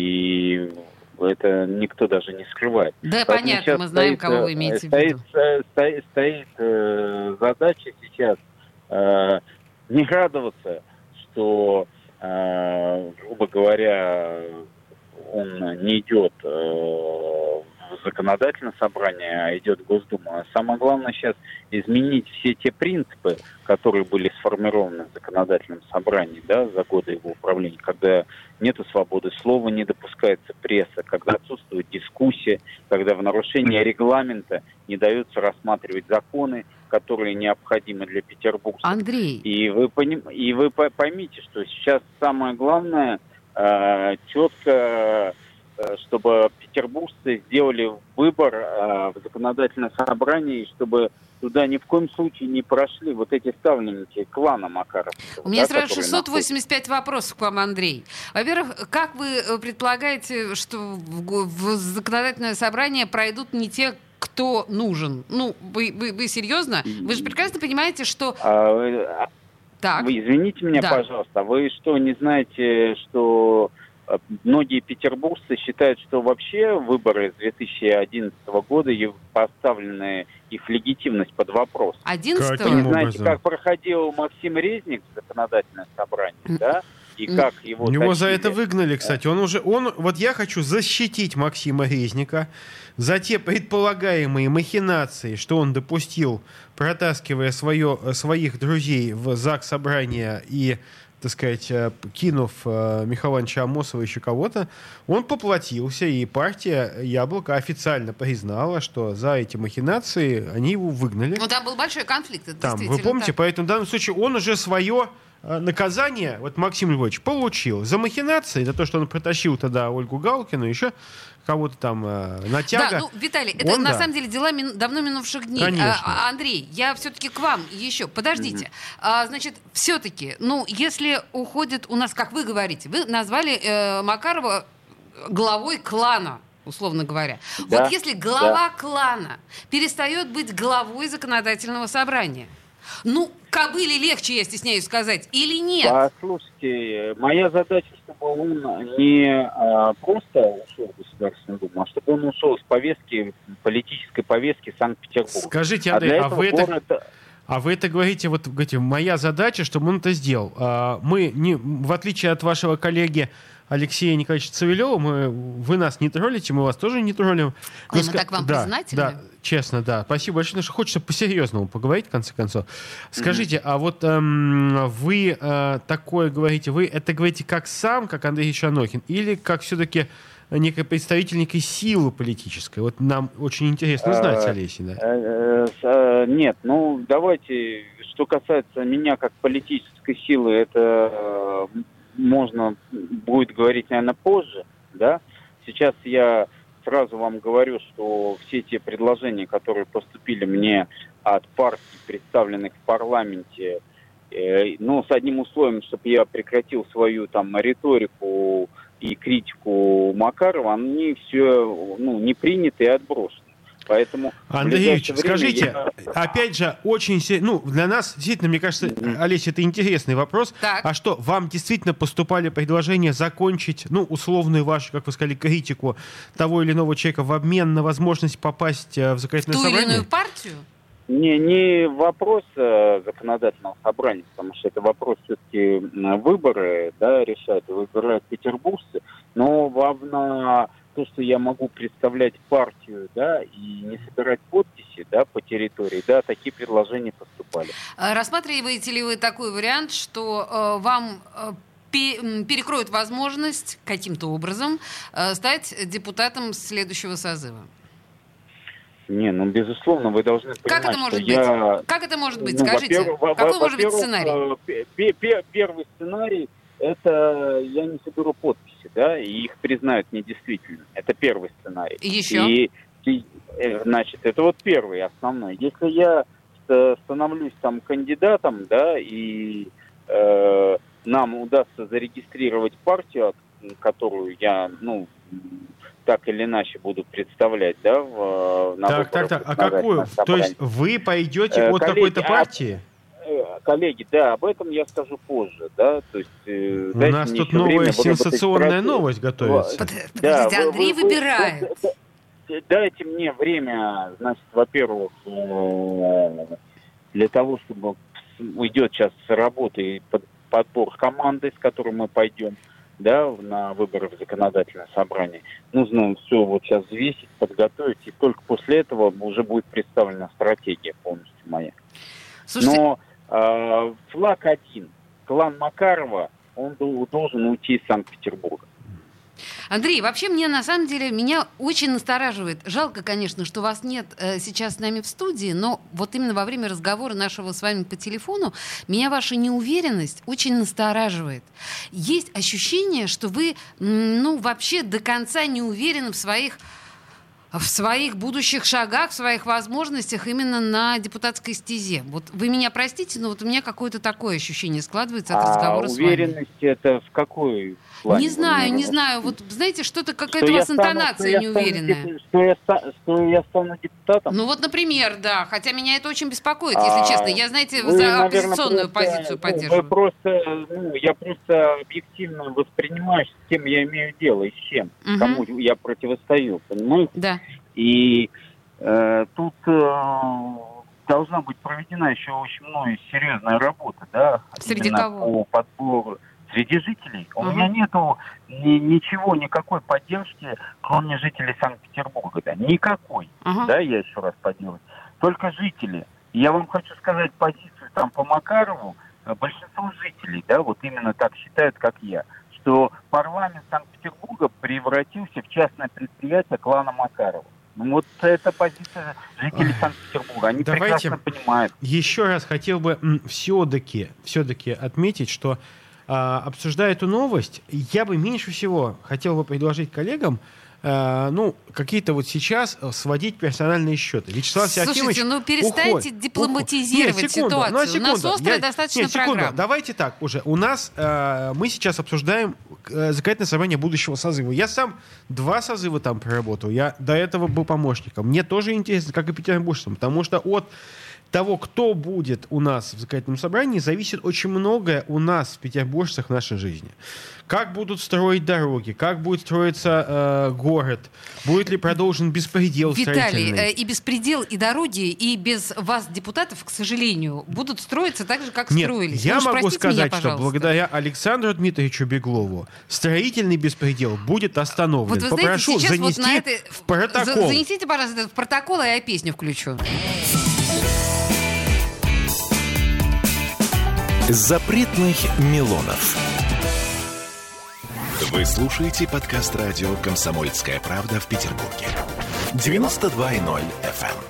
Speaker 6: И это никто даже не скрывает.
Speaker 2: Да,
Speaker 6: Поэтому
Speaker 2: понятно, мы знаем,
Speaker 6: стоит,
Speaker 2: кого вы имеете
Speaker 6: стоит,
Speaker 2: в виду.
Speaker 6: Стоит, стоит э, задача сейчас э, не радоваться, что, э, грубо говоря, он не идет э, в законодательное собрание, а идет в Госдуму. А самое главное сейчас изменить все те принципы, которые были сформированы в законодательном собрании, да, за годы его управления, когда нету свободы слова, не допускается пресса, когда отсутствует дискуссия, когда в нарушении регламента не дается рассматривать законы, которые необходимы для Петербурга.
Speaker 2: Андрей.
Speaker 6: И вы, поним... И вы поймите, что сейчас самое главное четко, чтобы петербуржцы сделали выбор в законодательное собрание, и чтобы туда ни в коем случае не прошли вот эти ставленники клана Макарова.
Speaker 2: У меня да, сразу шестьсот восемьдесят пять вопросов к вам, Андрей. Во-первых, как вы предполагаете, что в, в законодательное собрание пройдут не те, кто нужен? Ну, вы, вы, вы серьезно? Вы же прекрасно понимаете, что...
Speaker 6: А,
Speaker 2: Так.
Speaker 6: Вы извините меня, да. пожалуйста, вы что, не знаете, что многие петербуржцы считают, что вообще выборы с две тысячи одиннадцатого года поставлены их легитимность под вопрос?
Speaker 2: одиннадцатого?
Speaker 6: Вы не знаете, как проходил Максим Резник в законодательное собрание, да? И как его
Speaker 5: У него
Speaker 6: тащили.
Speaker 5: за это выгнали, кстати. Он уже, он, вот я хочу защитить Максима Резника за те предполагаемые махинации, что он допустил, протаскивая свое, своих друзей в Заксобрание и, так сказать, кинув Михаила Ивановича Амосова и еще кого-то. Он поплатился, и партия «Яблоко» официально признала, что за эти махинации они его выгнали.
Speaker 2: Ну, там был большой конфликт, это
Speaker 5: там,
Speaker 2: действительно
Speaker 5: вы помните,
Speaker 2: так.
Speaker 5: Поэтому в данном случае он уже свое наказание, вот Максим Львович, получил за махинации, за то, что он протащил тогда Ольгу Галкину, еще кого-то там э, натяга.
Speaker 2: Да, ну, Виталий, это
Speaker 5: он,
Speaker 2: на
Speaker 5: да.
Speaker 2: самом деле дела мин, давно минувших дней.
Speaker 5: Конечно.
Speaker 2: А, Андрей, я все-таки к вам еще. Подождите. Mm-hmm. А, значит, все-таки, ну, если уходит у нас, как вы говорите, вы назвали э, Макарова главой клана, условно говоря.
Speaker 6: Да,
Speaker 2: вот если глава
Speaker 6: да.
Speaker 2: клана перестает быть главой законодательного собрания, ну, кобыле легче, я стесняюсь сказать, или нет?
Speaker 6: Послушайте, моя задача, чтобы он не а, просто ушел в Государственную Думу, а чтобы он ушел с повестки, политической повестки Санкт-Петербурга.
Speaker 5: Скажите, Андрей,
Speaker 6: а,
Speaker 5: а вы,
Speaker 6: города...
Speaker 5: это, А вы это говорите, вот говорите, моя задача, чтобы он это сделал. А, мы, не, в отличие от вашего коллеги Алексея Николаевича Цивилева, мы, вы нас не троллите, мы вас тоже не троллим.
Speaker 2: Ой,
Speaker 5: Но
Speaker 2: мы
Speaker 5: ска-
Speaker 2: так вам
Speaker 5: да,
Speaker 2: признательны.
Speaker 5: Да, честно, да. Спасибо большое, что хочется по-серьезному поговорить, в конце концов. Скажите, mm-hmm. а вот эм, вы э, такое говорите, вы это говорите как сам, как Андрей Ильич Анохин, или как все-таки некой представитель некой силы политической? Вот нам очень интересно знать, Олеся. Да.
Speaker 6: Нет, ну давайте, что касается меня как политической силы, это можно будет говорить, наверное, позже, да. Сейчас я сразу вам говорю, что все те предложения, которые поступили мне от партий, представленных в парламенте, э, ну, с одним условием, чтобы я прекратил свою там риторику и критику Макарова, они все, ну, не приняты и отброшены. Поэтому
Speaker 5: Андрей Юрьевич, скажите,
Speaker 6: я...
Speaker 5: опять же, очень, ну, для нас, действительно, мне кажется, mm-hmm. Олеся, это интересный вопрос.
Speaker 2: Так.
Speaker 5: А что, вам действительно поступали предложения закончить, ну, условную вашу, как вы сказали, критику того или иного человека в обмен на возможность попасть в законодательное
Speaker 2: в ту
Speaker 5: собрание?
Speaker 2: или иную партию?
Speaker 6: Не, не вопрос э, законодательного собрания, потому что это вопрос все-таки выборы, да, решают, выбирают петербуржцы, но важно то, что я могу представлять партию, да, и не собирать подписи, да, по территории, да, такие предложения поступали.
Speaker 2: Рассматриваете ли вы такой вариант, что э, вам э, пе- перекроют возможность каким-то образом э, стать депутатом следующего созыва?
Speaker 6: Не, ну, безусловно, вы должны понимать,
Speaker 2: как это может
Speaker 6: что
Speaker 2: быть?
Speaker 6: я...
Speaker 2: Как это может быть?
Speaker 6: Ну,
Speaker 2: Скажите,
Speaker 6: во-первых,
Speaker 2: какой
Speaker 6: во-
Speaker 2: может быть
Speaker 6: во-первых,
Speaker 2: сценарий?
Speaker 6: п- п- первый сценарий – это я не соберу подписи, да, и их признают недействительными. Это первый сценарий.
Speaker 2: И еще?
Speaker 6: И, и, значит, это вот первый, основной. Если я становлюсь там кандидатом, да, и э, нам удастся зарегистрировать партию, которую я, ну, так или иначе буду представлять, да, в, на
Speaker 5: Так, так, так. А какую? То есть вы пойдете
Speaker 6: э,
Speaker 5: от
Speaker 6: коллеги,
Speaker 5: какой-то партии?
Speaker 6: А, коллеги, да, об этом я скажу позже, да, то есть... Э,
Speaker 5: У нас тут новая сенсационная новость готовится.
Speaker 2: Подождите,
Speaker 6: да,
Speaker 2: Андрей
Speaker 6: вы, вы,
Speaker 2: выбирает.
Speaker 6: Вы, дайте мне время, значит, во-первых, для того, чтобы уйдет сейчас работа и подбор команды, с которой мы пойдем, да, на выборы в законодательное собрание. Нужно все вот сейчас взвесить, подготовить, и только после этого уже будет представлена стратегия полностью моя.
Speaker 2: Слушайте...
Speaker 6: Но э, флаг один, клан Макарова, он должен уйти из Санкт-Петербурга.
Speaker 2: Андрей, вообще мне на самом деле, меня очень настораживает. Жалко, конечно, что вас нет э, сейчас с нами в студии, но вот именно во время разговора нашего с вами по телефону меня ваша неуверенность очень настораживает. Есть ощущение, что вы, ну, вообще до конца не уверены в своих в своих будущих шагах, в своих возможностях именно на депутатской стезе. Вот вы меня простите, но вот у меня какое-то такое ощущение складывается от разговора
Speaker 6: а
Speaker 2: с вами.
Speaker 6: уверенность это в какой плане?
Speaker 2: Не знаю, не знаю. Вот, знаете, что-то, какая-то
Speaker 6: что
Speaker 2: у вас
Speaker 6: стану,
Speaker 2: интонация
Speaker 6: что
Speaker 2: неуверенная.
Speaker 6: Я стану, что, я ста, что я стану депутатом?
Speaker 2: Ну вот, например, да. Хотя меня это очень беспокоит,
Speaker 6: а,
Speaker 2: если честно. Я, знаете,
Speaker 6: вы,
Speaker 2: за
Speaker 6: наверное,
Speaker 2: оппозиционную
Speaker 6: просто,
Speaker 2: позицию
Speaker 6: ну,
Speaker 2: поддерживаю.
Speaker 6: Вы просто, ну, я просто объективно воспринимаю, с кем я имею дело и с чем.
Speaker 2: Угу.
Speaker 6: Кому я противостою, понимаете?
Speaker 2: Да.
Speaker 6: И э, тут э, должна быть проведена еще очень много серьезная работа, да,
Speaker 2: Среди
Speaker 6: именно
Speaker 2: кого?
Speaker 6: по подбору среди жителей. У
Speaker 2: Угу.
Speaker 6: меня нету ни, ничего, никакой поддержки, кроме жителей Санкт-Петербурга, да, никакой,
Speaker 2: Ага.
Speaker 6: да, я еще раз поделаю. Только жители. Я вам хочу сказать позицию там по Макарову, большинство жителей, да, вот именно так считают, как я, что парламент Санкт-Петербурга превратился в частное предприятие клана Макарова. Ну вот это позиция жителей Санкт-Петербурга. Они
Speaker 5: Давайте
Speaker 6: прекрасно понимают.
Speaker 5: Еще раз хотел бы м, все-таки, все-таки отметить, что а, обсуждая эту новость, я бы меньше всего хотел бы предложить коллегам а, ну, какие-то вот сейчас сводить персональные счеты. Вячеслав Серафимович
Speaker 2: Слушайте, ну перестаньте
Speaker 5: уходит.
Speaker 2: дипломатизировать
Speaker 5: Нет, секунду,
Speaker 2: ситуацию.
Speaker 5: ну,
Speaker 2: У нас
Speaker 5: секунду.
Speaker 2: острая
Speaker 5: Я-
Speaker 2: достаточно
Speaker 5: нет, секунду.
Speaker 2: программа.
Speaker 5: Давайте так уже. У нас э, мы сейчас обсуждаем э, законодательное собрание будущего созыва. Я сам два созыва там проработал. Я до этого был помощником. Мне тоже интересно, как и петербуржцам, потому что от того, кто будет у нас в законодательном собрании, зависит очень многое у нас, петербуржцах, в нашей жизни. Как будут строить дороги, как будет строиться э, город, будет ли продолжен беспредел
Speaker 2: Виталий,
Speaker 5: строительный.
Speaker 2: э, и беспредел, и дороги, и без вас, депутатов, к сожалению, будут строиться так же, как
Speaker 5: Нет,
Speaker 2: строились.
Speaker 5: я
Speaker 2: Вы уж
Speaker 5: могу
Speaker 2: простите
Speaker 5: сказать,
Speaker 2: меня,
Speaker 5: что
Speaker 2: пожалуйста.
Speaker 5: благодаря Александру Дмитриевичу Беглову строительный беспредел будет остановлен.
Speaker 2: Вот вы знаете,
Speaker 5: Попрошу
Speaker 2: сейчас
Speaker 5: занести
Speaker 2: вот на это...
Speaker 5: в протокол.
Speaker 2: За- занесите, пожалуйста, это в протокол, а я песню включу.
Speaker 1: Запретных Милонов. Вы слушаете подкаст радио «Комсомольская правда» в Петербурге. девяносто два и ноль эф эм.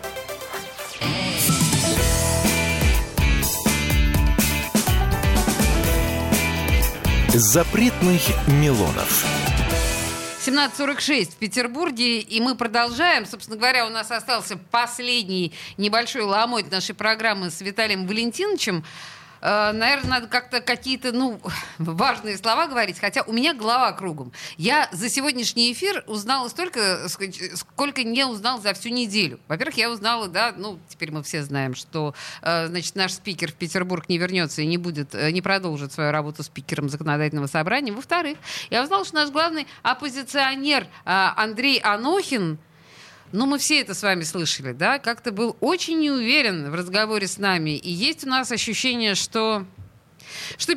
Speaker 1: Запретных Милонов.
Speaker 2: семнадцать сорок шесть в Петербурге, и мы продолжаем. Собственно говоря, у нас остался последний небольшой ломоть нашей программы с Виталием Валентиновичем. Э, наверное, надо как-то какие-то, ну, важные слова говорить, хотя у меня голова кругом. Я за сегодняшний эфир узнала столько, сколько не узнала за всю неделю. Во-первых, я узнала, да, ну, теперь мы все знаем, что, э, значит, наш спикер в Петербург не вернется и не будет, не продолжит свою работу спикером законодательного собрания. Во-вторых, я узнала, что наш главный оппозиционер э, Андрей Анохин, ну, мы все это с вами слышали, да, как-то был очень неуверен в разговоре с нами. И есть у нас ощущение, что, что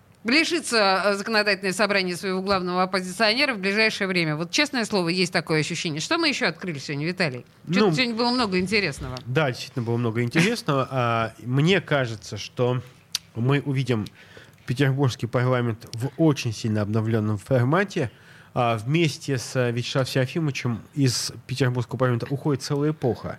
Speaker 2: лишится законодательное собрание своего главного оппозиционера в ближайшее время. Вот, честное слово, есть такое ощущение. Что мы еще открыли сегодня, Виталий? Что-то
Speaker 5: Ну,
Speaker 2: сегодня было много интересного.
Speaker 5: Да, действительно было много интересного. А, мне кажется, что мы увидим петербургский парламент в очень сильно обновленном формате. А вместе с Вячеславом Серафимовичем из петербургского парламента уходит целая эпоха.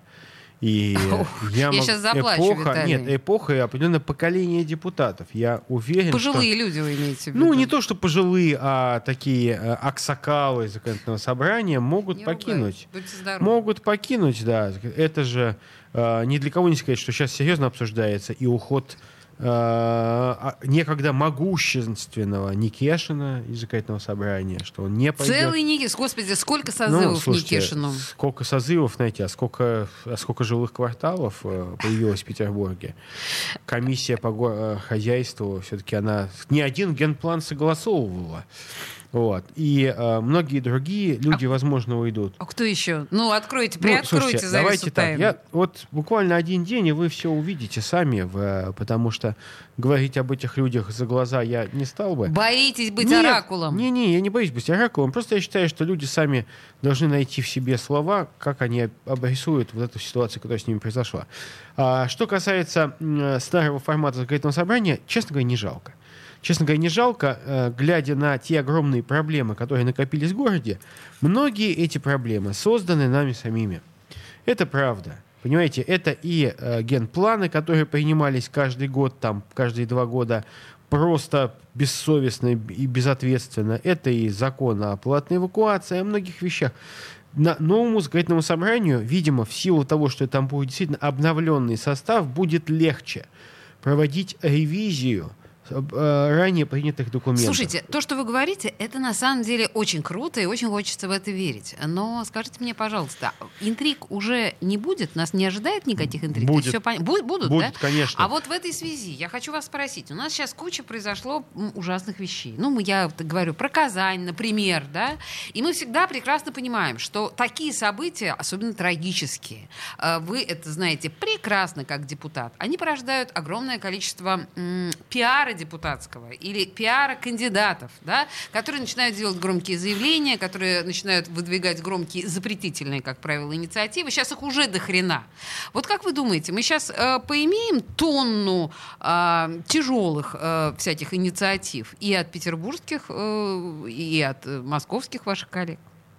Speaker 5: И
Speaker 2: Ох, я
Speaker 5: мог-
Speaker 2: сейчас заплачу,
Speaker 5: эпоха,
Speaker 2: Виталий.
Speaker 5: нет, эпоха и определенное поколение депутатов. Я уверен,
Speaker 2: Пожилые
Speaker 5: что...
Speaker 2: люди вы имеете в виду?
Speaker 5: Ну, не то, что пожилые, а такие э, аксакалы законодательного собрания могут
Speaker 2: Не
Speaker 5: покинуть.
Speaker 2: ругайтесь, будьте здоровы.
Speaker 5: Могут покинуть, да. Это же э, ни для кого не сказать, что сейчас серьезно обсуждается и уход э, а- некогда могущественного Никешина из законодательного собрания, что он не пойдет.
Speaker 2: Целый Никиш, господи, сколько
Speaker 5: Ну,
Speaker 2: созывов
Speaker 5: слушайте,
Speaker 2: Никишину.
Speaker 5: сколько созывов, знаете, а сколько, а сколько жилых кварталов э, появилось в Петербурге. Комиссия по го- э, хозяйству, все-таки она не один генплан согласовывала. Вот. И э, многие другие люди, возможно, уйдут.
Speaker 2: А кто еще? Ну, откройте,
Speaker 5: Ну,
Speaker 2: приоткройте
Speaker 5: слушайте,
Speaker 2: завесу
Speaker 5: давайте так.
Speaker 2: тайны.
Speaker 5: Я, вот буквально один день, и вы все увидите сами, в, потому что говорить об этих людях за глаза я не стал бы.
Speaker 2: Боитесь быть
Speaker 5: Нет,
Speaker 2: оракулом?
Speaker 5: Не-не, я не боюсь быть оракулом. Просто я считаю, что люди сами должны найти в себе слова, как они обрисуют вот эту ситуацию, которая с ними произошла. А, что касается м, старого формата законодательного собрания, честно говоря, не жалко. Честно говоря, не жалко, э, глядя на те огромные проблемы, которые накопились в городе, многие эти проблемы созданы нами самими. Это правда. Понимаете, это и э, генпланы, которые принимались каждый год, там, каждые два года, просто бессовестно и безответственно. Это и закон о платной эвакуации, о многих вещах. На новому законодательному собранию, видимо, в силу того, что там будет действительно обновленный состав, будет легче проводить ревизию ранее принятых документов.
Speaker 2: Слушайте, то, что вы говорите, это на самом деле очень круто, и очень хочется в это верить. Но скажите мне, пожалуйста, интриг уже не будет? Нас не ожидает никаких интриг?
Speaker 5: Будет.
Speaker 2: Всё пон- Бу- Будут,
Speaker 5: Будет,
Speaker 2: да?
Speaker 5: конечно.
Speaker 2: А вот в этой связи я хочу вас спросить. У нас сейчас куча произошло м, ужасных вещей. Ну, я вот говорю про Казань, например, да? И мы всегда прекрасно понимаем, что такие события, особенно трагические, э, вы это знаете прекрасно как депутат, они порождают огромное количество м, пиара депутатского или пиара кандидатов, да, которые начинают делать громкие заявления, которые начинают выдвигать громкие запретительные, как правило, инициативы. Сейчас их уже до хрена. Вот как вы думаете, мы сейчас э, поимеем тонну э, тяжелых э, всяких инициатив и от петербургских, э, и от э, московских ваших коллег?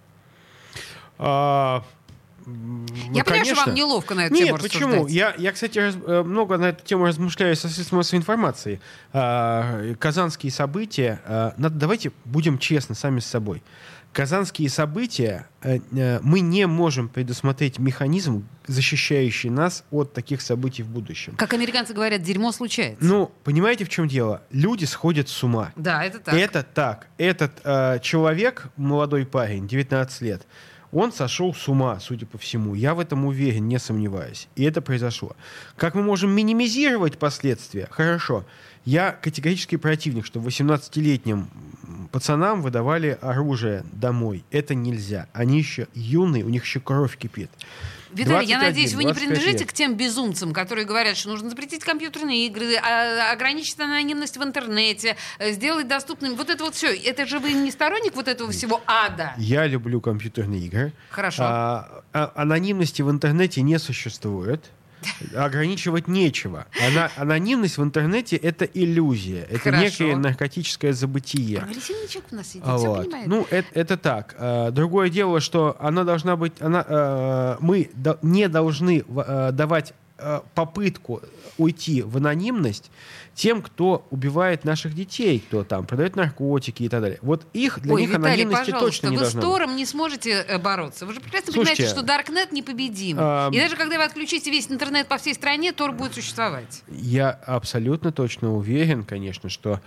Speaker 5: А,
Speaker 2: Я
Speaker 5: ну,
Speaker 2: понимаю,
Speaker 5: конечно.
Speaker 2: что вам неловко на эту
Speaker 5: Нет,
Speaker 2: тему
Speaker 5: почему?
Speaker 2: рассуждать.
Speaker 5: Я, я, кстати, раз- э, много на эту тему размышляю со средств массовой информации. А, казанские события, а, надо, давайте будем честны сами с собой. Казанские события, э, э, мы не можем предусмотреть механизм, защищающий нас от таких событий в будущем.
Speaker 2: Как американцы говорят, дерьмо случается.
Speaker 5: Ну, понимаете, в чем дело? Люди сходят с ума.
Speaker 2: Да, это так.
Speaker 5: Это так. Этот э, человек, молодой парень, девятнадцать лет, Он сошел с ума, судя по всему. Я в этом уверен, не сомневаюсь. И это произошло. Как мы можем минимизировать последствия? Хорошо. Я категорический противник, что восемнадцатилетним пацанам выдавали оружие домой. Это нельзя. Они еще юные, у них еще кровь кипит.
Speaker 2: Виталий, я надеюсь, вы не принадлежите
Speaker 5: лет.
Speaker 2: к тем безумцам, которые говорят, что нужно запретить компьютерные игры, а, ограничить анонимность в интернете, сделать доступным. Вот это вот все. Это же вы не сторонник вот этого всего ада?
Speaker 5: Я люблю компьютерные игры.
Speaker 2: Хорошо.
Speaker 5: А, а, анонимности в интернете не существует. Ограничивать нечего. Ана- анонимность в интернете — это иллюзия. Это
Speaker 2: Хорошо.
Speaker 5: некое наркотическое забытие.
Speaker 2: Прогрессивный человек у нас сидит,
Speaker 5: А
Speaker 2: все
Speaker 5: вот.
Speaker 2: понимает.
Speaker 5: Ну, это, это так. А, другое дело, что она должна быть... Она, а, мы до- не должны а, давать а, попытку уйти в анонимность тем, кто убивает наших детей, кто там продает наркотики и так далее. Вот их, для
Speaker 2: Ой,
Speaker 5: них
Speaker 2: Виталий,
Speaker 5: анонимности
Speaker 2: пожалуйста,
Speaker 5: точно не
Speaker 2: вы с
Speaker 5: должно быть.
Speaker 2: Тором не сможете э, бороться. Вы же прекрасно
Speaker 5: Слушайте,
Speaker 2: понимаете, что Даркнет непобедим.
Speaker 5: а,
Speaker 2: И даже когда вы отключите весь интернет по всей стране, Тор будет существовать.
Speaker 5: Я абсолютно точно уверен, конечно, что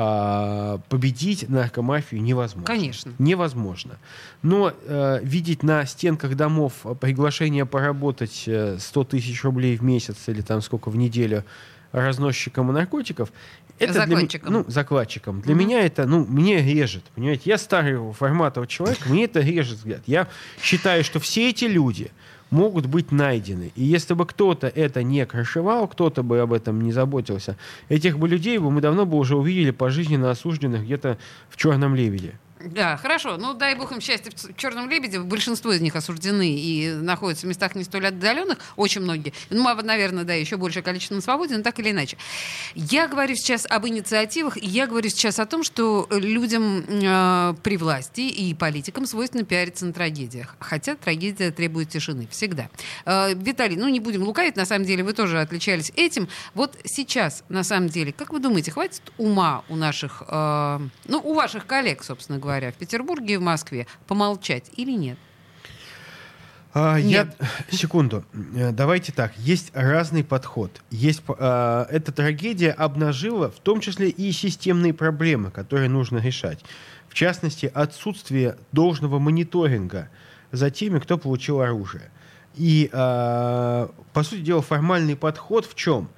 Speaker 5: а, победить наркомафию невозможно.
Speaker 2: Конечно.
Speaker 5: Невозможно. Но а, видеть на стенках домов приглашение поработать э, сто тысяч рублей в месяц или там сколько в неделю разносчиком наркотиков, это
Speaker 2: Закладчиком.
Speaker 5: Для, ну, закладчиком. Для
Speaker 2: Мгм.
Speaker 5: меня это, ну, мне режет. Понимаете, я старого формата человек, мне это режет взгляд. Я считаю, что все эти люди могут быть найдены. И если бы кто-то это не крышевал, кто-то бы об этом не заботился, этих бы людей бы мы давно бы уже увидели пожизненно осужденных где-то в «Черном лебеде».
Speaker 2: Да, хорошо. Ну, дай бог им счастья в «Черном лебеде». Большинство из них осуждены и находятся в местах не столь отдаленных, очень многие. Ну, наверное, да, еще большее количество на свободе, но так или иначе. Я говорю сейчас об инициативах, и я говорю сейчас о том, что людям э, при власти и политикам свойственно пиариться на трагедиях. Хотя трагедия требует тишины. Всегда. Э, Виталий, ну, не будем лукавить, на самом деле вы тоже отличались этим. Вот сейчас, на самом деле, как вы думаете, хватит ума у наших, э, ну, у ваших коллег, собственно говоря, говоря, в Петербурге и в Москве помолчать или нет?
Speaker 5: А,
Speaker 2: Нет.
Speaker 5: Я... Секунду. Э, Давайте так. Есть разный подход. Есть, а, эта трагедия обнажила в том числе и системные проблемы, которые нужно решать. В частности, отсутствие должного мониторинга за теми, кто получил оружие. И, а, по сути дела, формальный подход в чем?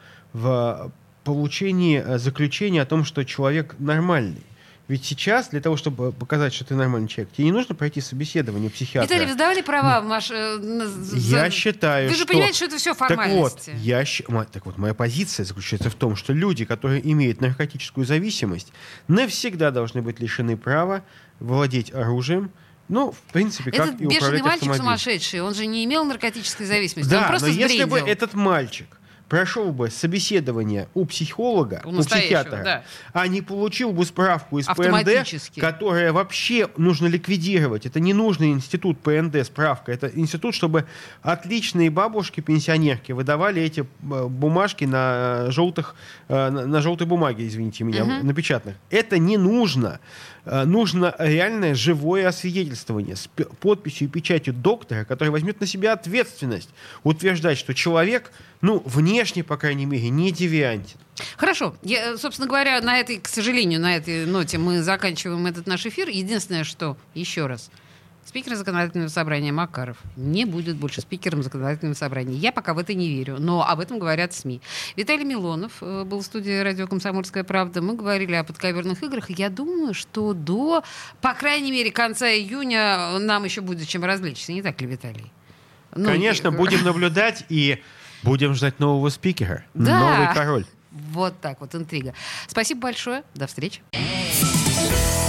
Speaker 5: В получении заключения о том, что человек нормальный. Ведь сейчас для того, чтобы показать, что ты нормальный человек, тебе не нужно пройти собеседование психиатра.
Speaker 2: Виталий, вы сдавали права в маш... за-
Speaker 5: Я считаю,
Speaker 2: Вы же
Speaker 5: что...
Speaker 2: понимаете, что это все формальности.
Speaker 5: Так вот, я... щ- ма- так вот, моя позиция заключается в том, что люди, которые имеют наркотическую зависимость, навсегда должны быть лишены права владеть оружием. Ну, в принципе, как
Speaker 2: Этот
Speaker 5: и
Speaker 2: бешеный
Speaker 5: управлять
Speaker 2: мальчик
Speaker 5: автомобилем.
Speaker 2: сумасшедший, он же не имел наркотической зависимости,
Speaker 5: Да,
Speaker 2: он просто
Speaker 5: но если бы
Speaker 2: сбрендил.
Speaker 5: этот мальчик прошел бы собеседование у психолога,
Speaker 2: У
Speaker 5: у,
Speaker 2: настоящего,
Speaker 5: психиатра,
Speaker 2: да.
Speaker 5: а не получил бы справку из ПНД,
Speaker 2: Автоматически.
Speaker 5: которая вообще нужно ликвидировать. Это не нужный институт ПНД, справка. Это институт, чтобы отличные бабушки-пенсионерки выдавали эти э, бумажки на, желтых, э, на, на желтой бумаге, извините меня,
Speaker 2: Мгм.
Speaker 5: напечатанных. Это не нужно. Э, Нужно реальное живое освидетельствование с п- подписью и печатью доктора, который возьмет на себя ответственность утверждать, что человек, ну, внешне, по крайней мере, не девиантен.
Speaker 2: Хорошо. Я, собственно говоря, на этой, к сожалению, на этой ноте мы заканчиваем этот наш эфир. Единственное, что, еще раз, спикер законодательного собрания Макаров не будет больше спикером законодательного собрания. Я пока в это не верю, но об этом говорят СМИ. Виталий Милонов э, был в студии радио «Комсомольская правда». Мы говорили о подковерных играх. Я думаю, что до, по крайней мере, конца июня нам еще будет чем развлечься. Не так ли, Виталий? Ну,
Speaker 5: Конечно,
Speaker 2: и-
Speaker 5: будем наблюдать и будем ждать нового спикера.
Speaker 2: Да.
Speaker 5: Новый король.
Speaker 2: Вот так вот, интрига. Спасибо большое. До встречи.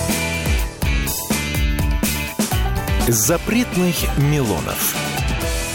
Speaker 1: Запретных Милонов.